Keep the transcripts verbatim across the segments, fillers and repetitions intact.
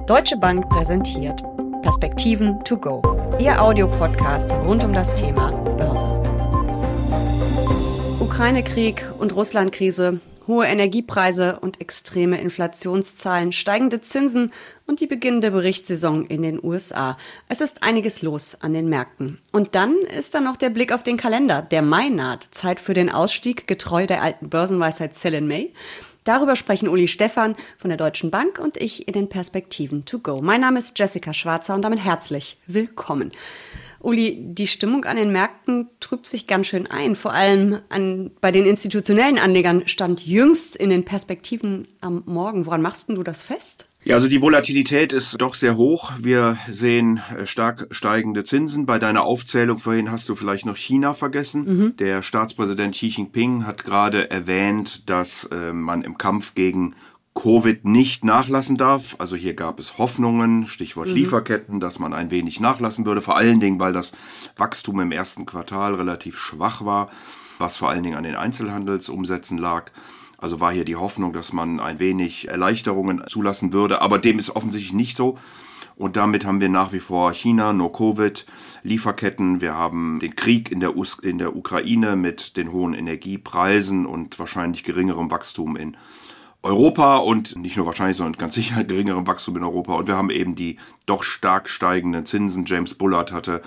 Deutsche Bank präsentiert Perspektiven to go, Ihr Audiopodcast rund um das Thema Börse. Ukraine-Krieg und Russland-Krise, hohe Energiepreise und extreme Inflationszahlen, steigende Zinsen und die beginnende Berichtssaison in den U S A. Es ist einiges los an den Märkten. Und dann ist da noch der Blick auf den Kalender. Der Mai naht. Zeit für den Ausstieg, getreu der alten Börsenweisheit Sell in May. Darüber sprechen Uli Stephan von der Deutschen Bank und ich in den Perspektiven to go. Mein Name ist Jessica Schwarzer und damit herzlich willkommen. Uli, die Stimmung an den Märkten trübt sich ganz schön ein. Vor allem an, bei den institutionellen Anlegern stand jüngst in den Perspektiven am Morgen. Woran machst denn du das fest? Ja, also die Volatilität ist doch sehr hoch. Wir sehen stark steigende Zinsen. Bei deiner Aufzählung vorhin hast du vielleicht noch China vergessen. Mhm. Der Staatspräsident Xi Jinping hat gerade erwähnt, dass äh, man im Kampf gegen Covid nicht nachlassen darf. Also hier gab es Hoffnungen, Stichwort mhm. Lieferketten, dass man ein wenig nachlassen würde. Vor allen Dingen, weil das Wachstum im ersten Quartal relativ schwach war, was vor allen Dingen an den Einzelhandelsumsätzen lag. Also war hier die Hoffnung, dass man ein wenig Erleichterungen zulassen würde. Aber dem ist offensichtlich nicht so. Und damit haben wir nach wie vor China, No Covid, Lieferketten. Wir haben den Krieg in der, Us- in der Ukraine mit den hohen Energiepreisen und wahrscheinlich geringerem Wachstum in Europa und nicht nur wahrscheinlich, sondern ganz sicher geringerem Wachstum in Europa. Und wir haben eben die doch stark steigenden Zinsen. James Bullard hatte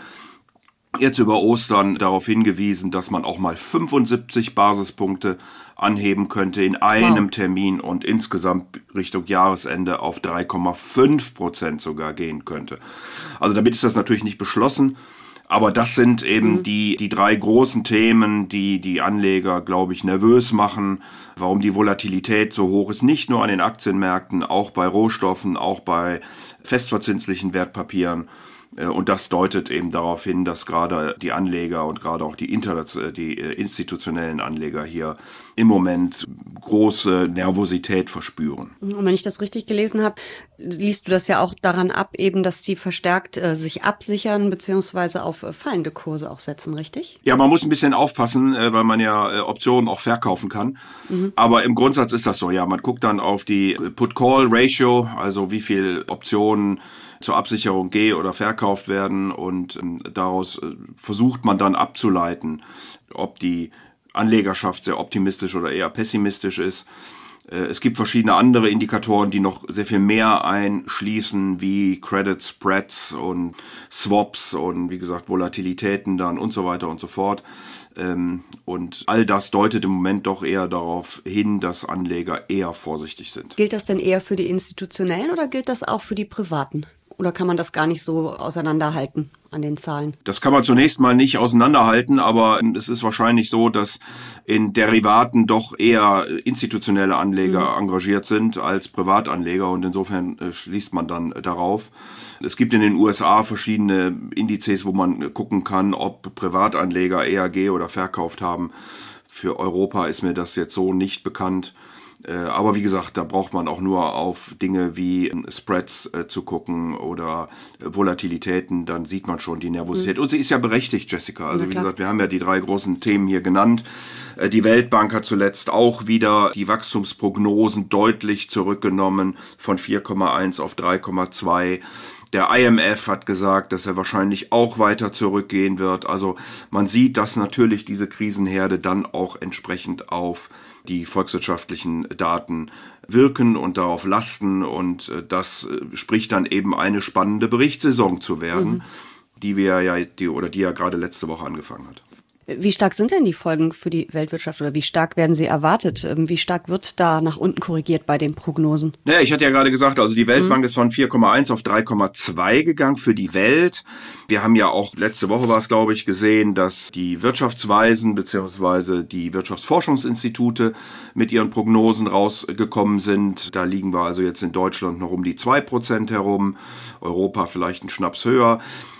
jetzt über Ostern darauf hingewiesen, dass man auch mal fünfundsiebzig Basispunkte anheben könnte in einem wow. Termin und insgesamt Richtung Jahresende auf drei Komma fünf Prozent sogar gehen könnte. Also damit ist das natürlich nicht beschlossen. Aber das sind eben mhm. die, die drei großen Themen, die die Anleger, glaube ich, nervös machen, warum die Volatilität so hoch ist. Nicht nur an den Aktienmärkten, auch bei Rohstoffen, auch bei festverzinslichen Wertpapieren. Und das deutet eben darauf hin, dass gerade die Anleger und gerade auch die, Interna- die institutionellen Anleger hier im Moment große Nervosität verspüren. Und wenn ich das richtig gelesen habe, liest du das ja auch daran ab, eben, dass die verstärkt äh, sich absichern beziehungsweise auf äh, fallende Kurse auch setzen, richtig? Ja, man muss ein bisschen aufpassen, äh, weil man ja äh, Optionen auch verkaufen kann. Mhm. Aber im Grundsatz ist das so, ja, man guckt dann auf die Put-Call-Ratio, also wie viel Optionen zur Absicherung geh- oder verkauft werden und ähm, daraus äh, versucht man dann abzuleiten, ob die Anlegerschaft sehr optimistisch oder eher pessimistisch ist. Äh, es gibt verschiedene andere Indikatoren, die noch sehr viel mehr einschließen, wie Credit Spreads und Swaps und wie gesagt Volatilitäten dann und so weiter und so fort. Ähm, und all das deutet im Moment doch eher darauf hin, dass Anleger eher vorsichtig sind. Gilt das denn eher für die Institutionellen oder gilt das auch für die Privaten? Oder kann man das gar nicht so auseinanderhalten an den Zahlen? Das kann man zunächst mal nicht auseinanderhalten, aber es ist wahrscheinlich so, dass in Derivaten doch eher institutionelle Anleger mhm. engagiert sind als Privatanleger und insofern äh, schließt man dann äh, darauf. Es gibt in den U S A verschiedene Indizes, wo man äh, gucken kann, ob Privatanleger eher ge- oder verkauft haben. Für Europa ist mir das jetzt so nicht bekannt. Aber wie gesagt, da braucht man auch nur auf Dinge wie Spreads äh, zu gucken oder äh, Volatilitäten, dann sieht man schon die Nervosität. Mhm. Und sie ist ja berechtigt, Jessica. Also ja, wie gesagt, wir haben ja die drei großen Themen hier genannt. Äh, die Weltbank hat zuletzt auch wieder die Wachstumsprognosen deutlich zurückgenommen von vier Komma eins auf drei Komma zwei. Der I M F hat gesagt, dass er wahrscheinlich auch weiter zurückgehen wird. Also man sieht, dass natürlich diese Krisenherde dann auch entsprechend auf die volkswirtschaftlichen Daten wirken und darauf lasten. Und das spricht dann eben eine spannende Berichtssaison zu werden, mhm. die wir ja, die, oder die ja gerade letzte Woche angefangen hat. Wie stark sind denn die Folgen für die Weltwirtschaft oder wie stark werden sie erwartet? Wie stark wird da nach unten korrigiert bei den Prognosen? Naja, ich hatte ja gerade gesagt, also die Weltbank mhm. ist von vier Komma eins auf drei Komma zwei gegangen für die Welt. Wir haben ja auch, letzte Woche war es, glaube ich, gesehen, dass die Wirtschaftsweisen bzw. die Wirtschaftsforschungsinstitute mit ihren Prognosen rausgekommen sind. Da liegen wir also jetzt in Deutschland noch um die zwei Prozent herum, Europa vielleicht einen Schnaps höher.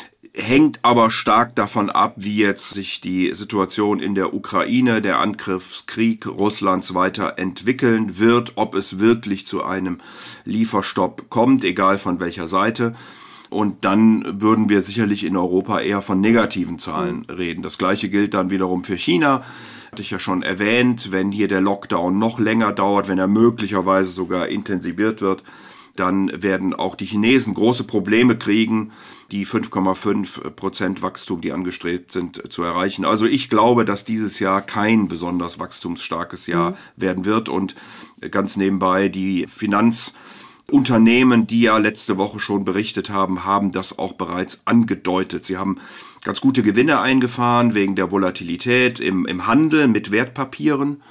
Hängt aber stark davon ab, wie jetzt sich die Situation in der Ukraine, der Angriffskrieg Russlands weiterentwickeln wird, ob es wirklich zu einem Lieferstopp kommt, egal von welcher Seite. Und dann würden wir sicherlich in Europa eher von negativen Zahlen mhm. reden. Das Gleiche gilt dann wiederum für China. Hatte ich ja schon erwähnt, wenn hier der Lockdown noch länger dauert, wenn er möglicherweise sogar intensiviert wird, dann werden auch die Chinesen große Probleme kriegen, die fünf Komma fünf Prozent Wachstum, die angestrebt sind, zu erreichen. Also ich glaube, dass dieses Jahr kein besonders wachstumsstarkes Jahr mhm. werden wird. Und ganz nebenbei, die Finanzunternehmen, die ja letzte Woche schon berichtet haben, haben das auch bereits angedeutet. Sie haben ganz gute Gewinne eingefahren wegen der Volatilität im, im Handel mit Wertpapieren.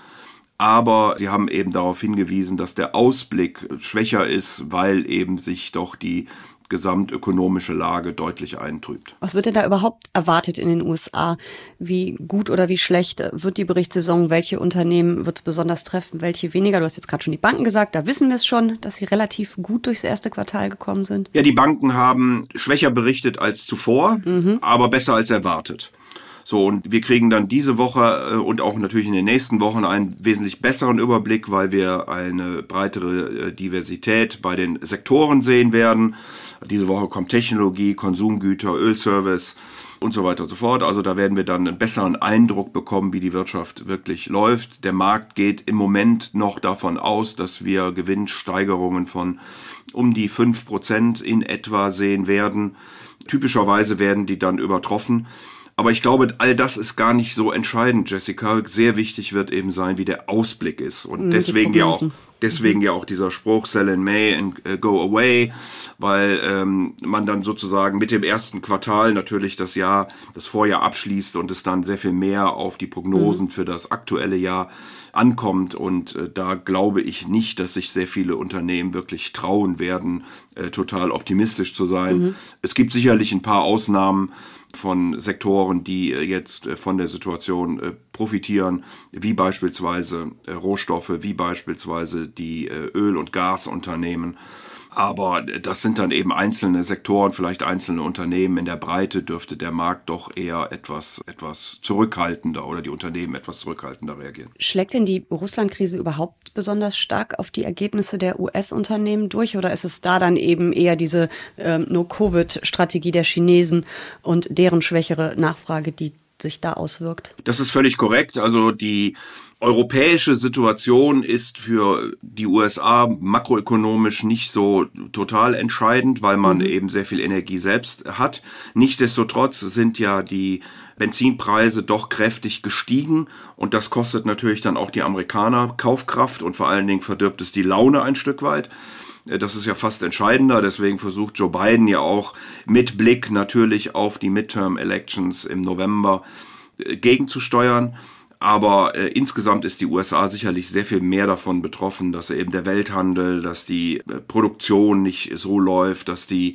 Aber sie haben eben darauf hingewiesen, dass der Ausblick schwächer ist, weil eben sich doch die gesamtökonomische Lage deutlich eintrübt. Was wird denn da überhaupt erwartet in den U S A? Wie gut oder wie schlecht wird die Berichtssaison? Welche Unternehmen wird es besonders treffen, welche weniger? Du hast jetzt gerade schon die Banken gesagt, da wissen wir es schon, dass sie relativ gut durchs erste Quartal gekommen sind. Ja, die Banken haben schwächer berichtet als zuvor, mhm. aber besser als erwartet. So, und wir kriegen dann diese Woche äh, und auch natürlich in den nächsten Wochen einen wesentlich besseren Überblick, weil wir eine breitere äh, Diversität bei den Sektoren sehen werden. Diese Woche kommt Technologie, Konsumgüter, Ölservice und so weiter und so fort. Also da werden wir dann einen besseren Eindruck bekommen, wie die Wirtschaft wirklich läuft. Der Markt geht im Moment noch davon aus, dass wir Gewinnsteigerungen von um die fünf Prozent in etwa sehen werden. Typischerweise werden die dann übertroffen. Aber ich glaube, all das ist gar nicht so entscheidend, Jessica. Sehr wichtig wird eben sein, wie der Ausblick ist. Und deswegen ja auch, deswegen ja auch dieser Spruch, sell in May and go away, weil ähm, man dann sozusagen mit dem ersten Quartal natürlich das Jahr, das Vorjahr abschließt und es dann sehr viel mehr auf die Prognosen mhm. für das aktuelle Jahr ankommt. Und äh, da glaube ich nicht, dass sich sehr viele Unternehmen wirklich trauen werden, äh, total optimistisch zu sein. Mhm. Es gibt sicherlich ein paar Ausnahmen von Sektoren, die jetzt von der Situation profitieren, wie beispielsweise Rohstoffe, wie beispielsweise die Öl- und Gasunternehmen. Aber das sind dann eben einzelne Sektoren, vielleicht einzelne Unternehmen. In der Breite dürfte der Markt doch eher etwas, etwas zurückhaltender oder die Unternehmen etwas zurückhaltender reagieren. Schlägt denn die Russland-Krise überhaupt besonders stark auf die Ergebnisse der U S-Unternehmen durch? Oder ist es da dann eben eher diese ähm, No-Covid-Strategie der Chinesen und deren schwächere Nachfrage, die sich da auswirkt? Das ist völlig korrekt. Also die europäische Situation ist für die U S A makroökonomisch nicht so total entscheidend, weil man mhm. eben sehr viel Energie selbst hat. Nichtsdestotrotz sind ja die Benzinpreise doch kräftig gestiegen und das kostet natürlich dann auch die Amerikaner Kaufkraft und vor allen Dingen verdirbt es die Laune ein Stück weit. Das ist ja fast entscheidender, deswegen versucht Joe Biden ja auch mit Blick natürlich auf die Midterm-Elections im November gegenzusteuern. Aber äh, insgesamt ist die U S A sicherlich sehr viel mehr davon betroffen, dass eben der Welthandel, dass die äh, Produktion nicht so läuft, dass die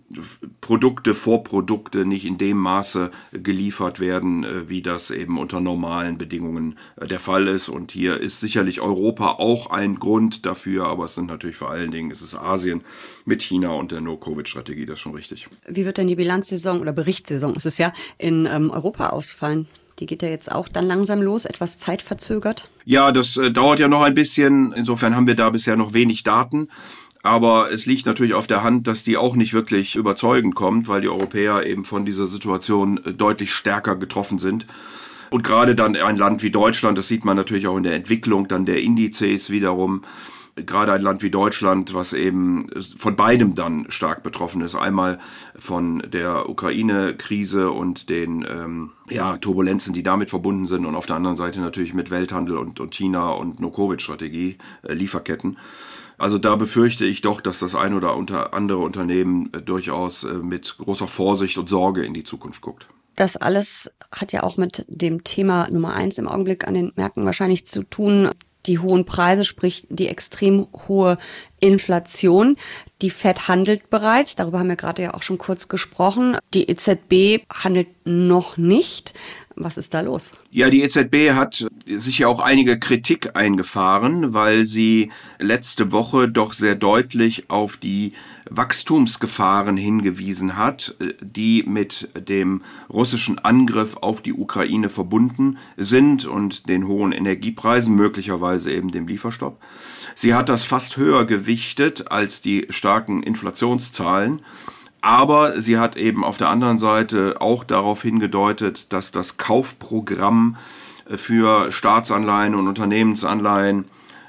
Produkte, Vorprodukte nicht in dem Maße geliefert werden, äh, wie das eben unter normalen Bedingungen äh, der Fall ist. Und hier ist sicherlich Europa auch ein Grund dafür, aber es sind natürlich vor allen Dingen, es ist Asien mit China und der No-Covid-Strategie, das ist schon richtig. Wie wird denn die Bilanzsaison oder Berichtssaison, ist es ja, in ähm, Europa ausfallen? Die geht ja jetzt auch dann langsam los, etwas zeitverzögert. Ja, das äh, dauert ja noch ein bisschen. Insofern haben wir da bisher noch wenig Daten. Aber es liegt natürlich auf der Hand, dass die auch nicht wirklich überzeugend kommt, weil die Europäer eben von dieser Situation äh, deutlich stärker getroffen sind. Und gerade dann ein Land wie Deutschland, das sieht man natürlich auch in der Entwicklung dann der Indizes wiederum, gerade ein Land wie Deutschland, was eben von beidem dann stark betroffen ist. Einmal von der Ukraine-Krise und den ähm, ja, Turbulenzen, die damit verbunden sind und auf der anderen Seite natürlich mit Welthandel und, und China und No-Covid-Strategie, äh, Lieferketten. Also da befürchte ich doch, dass das ein oder unter andere Unternehmen äh, durchaus äh, mit großer Vorsicht und Sorge in die Zukunft guckt. Das alles hat ja auch mit dem Thema Nummer eins im Augenblick an den Märkten wahrscheinlich zu tun. Die hohen Preise, sprich die extrem hohe Inflation. Die Fed handelt bereits, darüber haben wir gerade ja auch schon kurz gesprochen. Die E Z B handelt noch nicht. Was ist da los? Ja, die E Z B hat sich ja auch einige Kritik eingefahren, weil sie letzte Woche doch sehr deutlich auf die Wachstumsgefahren hingewiesen hat, die mit dem russischen Angriff auf die Ukraine verbunden sind und den hohen Energiepreisen, möglicherweise eben dem Lieferstopp. Sie hat das fast höher gewichtet als die starken Inflationszahlen. Aber sie hat eben auf der anderen Seite auch darauf hingedeutet, dass das Kaufprogramm für Staatsanleihen und Unternehmensanleihen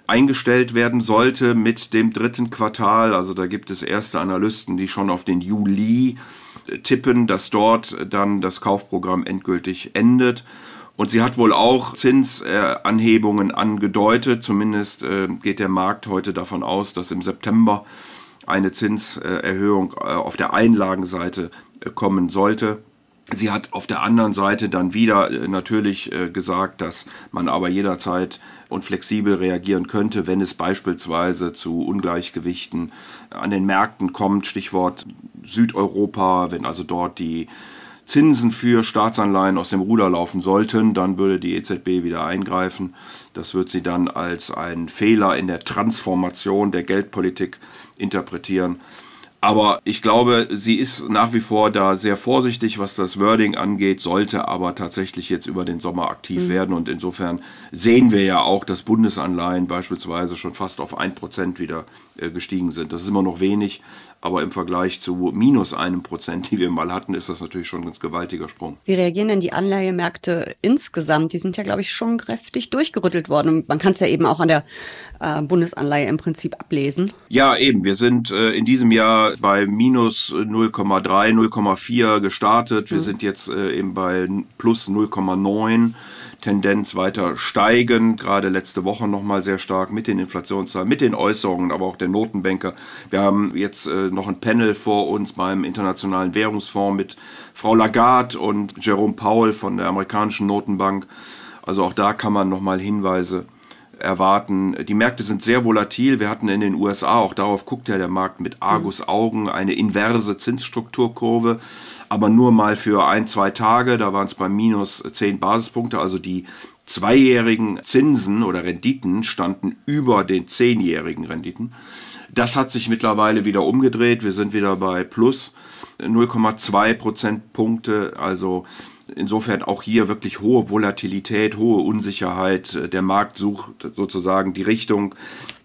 eingestellt werden sollte mit dem dritten Quartal. Also da gibt es erste Analysten, die schon auf den Juli tippen, dass dort dann das Kaufprogramm endgültig endet. Und sie hat wohl auch Zinsanhebungen angedeutet. Zumindest äh, geht der Markt heute davon aus, dass im September eine Zinserhöhung äh, auf der Einlagenseite äh, kommen sollte. Sie hat auf der anderen Seite dann wieder äh, natürlich äh, gesagt, dass man aber jederzeit und flexibel reagieren könnte, wenn es beispielsweise zu Ungleichgewichten an den Märkten kommt. Stichwort Südeuropa, wenn also dort die Zinsen für Staatsanleihen aus dem Ruder laufen sollten, dann würde die E Z B wieder eingreifen. Das wird sie dann als einen Fehler in der Transformation der Geldpolitik interpretieren. Aber ich glaube, sie ist nach wie vor da sehr vorsichtig, was das Wording angeht, sollte aber tatsächlich jetzt über den Sommer aktiv mhm. werden. Und insofern sehen wir ja auch, dass Bundesanleihen beispielsweise schon fast auf ein Prozent wieder äh, gestiegen sind. Das ist immer noch wenig, aber im Vergleich zu minus einem Prozent, die wir mal hatten, ist das natürlich schon ein ganz gewaltiger Sprung. Wie reagieren denn die Anleihemärkte insgesamt? Die sind ja, glaube ich, schon kräftig durchgerüttelt worden. Und man kann es ja eben auch an der äh, Bundesanleihe im Prinzip ablesen. Ja, eben. Wir sind äh, in diesem Jahr bei minus null Komma drei, null Komma vier gestartet. Wir mhm. sind jetzt äh, eben bei plus null Komma neun. Tendenz weiter steigend, gerade letzte Woche nochmal sehr stark mit den Inflationszahlen, mit den Äußerungen, aber auch der Notenbanker. Wir haben jetzt äh, noch ein Panel vor uns beim Internationalen Währungsfonds mit Frau Lagarde und Jerome Powell von der amerikanischen Notenbank. Also auch da kann man nochmal Hinweise erwarten. Die Märkte sind sehr volatil. Wir hatten in den U S A, auch darauf guckt ja der Markt mit Argusaugen, eine inverse Zinsstrukturkurve, aber nur mal für ein, zwei Tage. Da waren es bei minus zehn Basispunkte. Also die zweijährigen Zinsen oder Renditen standen über den zehnjährigen Renditen. Das hat sich mittlerweile wieder umgedreht. Wir sind wieder bei plus null Komma zwei Prozentpunkte. Also insofern auch hier wirklich hohe Volatilität, hohe Unsicherheit. Der Markt sucht sozusagen die Richtung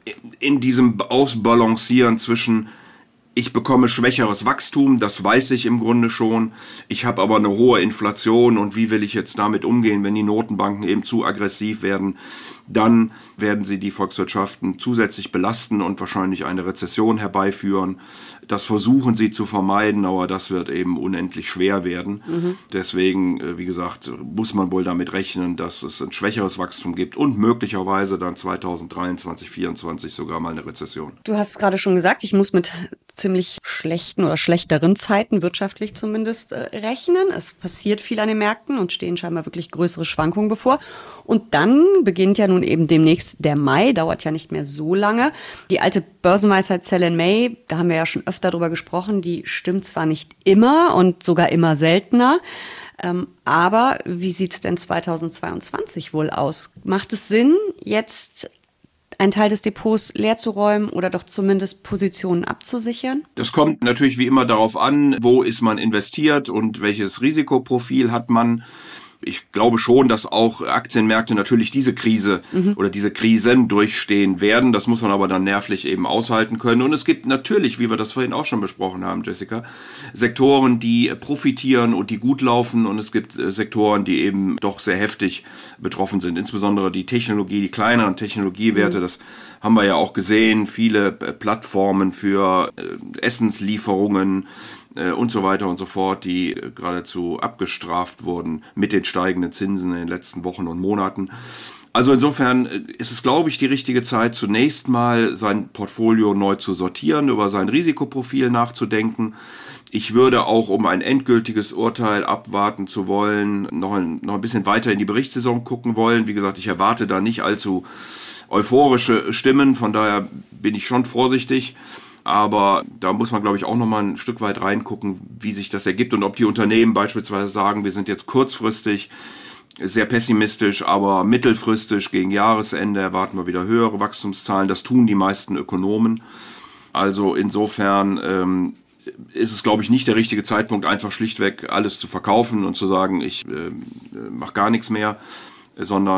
in diesem Ausbalancieren zwischen ich bekomme schwächeres Wachstum, das weiß ich im Grunde schon. Ich habe aber eine hohe Inflation und wie will ich jetzt damit umgehen, wenn die Notenbanken eben zu aggressiv werden? Dann werden sie die Volkswirtschaften zusätzlich belasten und wahrscheinlich eine Rezession herbeiführen. Das versuchen sie zu vermeiden, aber das wird eben unendlich schwer werden. Mhm. Deswegen, wie gesagt, muss man wohl damit rechnen, dass es ein schwächeres Wachstum gibt und möglicherweise dann zweitausenddreiundzwanzig, vierundzwanzig sogar mal eine Rezession. Du hast gerade schon gesagt, ich muss mit ziemlich schlechten oder schlechteren Zeiten, wirtschaftlich zumindest, äh, rechnen. Es passiert viel an den Märkten und stehen scheinbar wirklich größere Schwankungen bevor. Und dann beginnt ja nun eben demnächst der Mai, dauert ja nicht mehr so lange. Die alte Börsenweisheit Sell in May, da haben wir ja schon öfter drüber gesprochen, die stimmt zwar nicht immer und sogar immer seltener, ähm, aber wie sieht's denn zweitausendzweiundzwanzig wohl aus? Macht es Sinn, jetzt einen Teil des Depots leer zu räumen oder doch zumindest Positionen abzusichern? Das kommt natürlich wie immer darauf an, wo ist man investiert und welches Risikoprofil hat man. Ich glaube schon, dass auch Aktienmärkte natürlich diese Krise mhm. oder diese Krisen durchstehen werden. Das muss man aber dann nervlich eben aushalten können. Und es gibt natürlich, wie wir das vorhin auch schon besprochen haben, Jessica, Sektoren, die profitieren und die gut laufen. Und es gibt Sektoren, die eben doch sehr heftig betroffen sind. Insbesondere die Technologie, die kleineren Technologiewerte, mhm. das haben wir ja auch gesehen. Viele Plattformen für Essenslieferungen und so weiter und so fort, die geradezu abgestraft wurden mit den steigenden Zinsen in den letzten Wochen und Monaten. Also insofern ist es, glaube ich, die richtige Zeit, zunächst mal sein Portfolio neu zu sortieren, über sein Risikoprofil nachzudenken. Ich würde auch, um ein endgültiges Urteil abwarten zu wollen, noch ein, noch ein bisschen weiter in die Berichtssaison gucken wollen. Wie gesagt, ich erwarte da nicht allzu euphorische Stimmen, von daher bin ich schon vorsichtig. Aber da muss man, glaube ich, auch noch mal ein Stück weit reingucken, wie sich das ergibt und ob die Unternehmen beispielsweise sagen, wir sind jetzt kurzfristig sehr pessimistisch, aber mittelfristig gegen Jahresende erwarten wir wieder höhere Wachstumszahlen. Das tun die meisten Ökonomen. Also insofern ähm, ist es, glaube ich, nicht der richtige Zeitpunkt, einfach schlichtweg alles zu verkaufen und zu sagen, ich äh, mache gar nichts mehr, sondern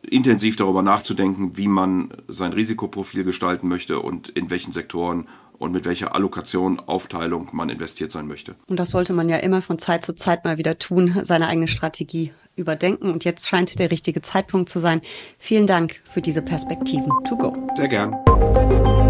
intensiv darüber nachzudenken, wie man sein Risikoprofil gestalten möchte und in welchen Sektoren und mit welcher Allokation, Aufteilung man investiert sein möchte. Und das sollte man ja immer von Zeit zu Zeit mal wieder tun, seine eigene Strategie überdenken. Und jetzt scheint der richtige Zeitpunkt zu sein. Vielen Dank für diese Perspektiven to go. Sehr gern.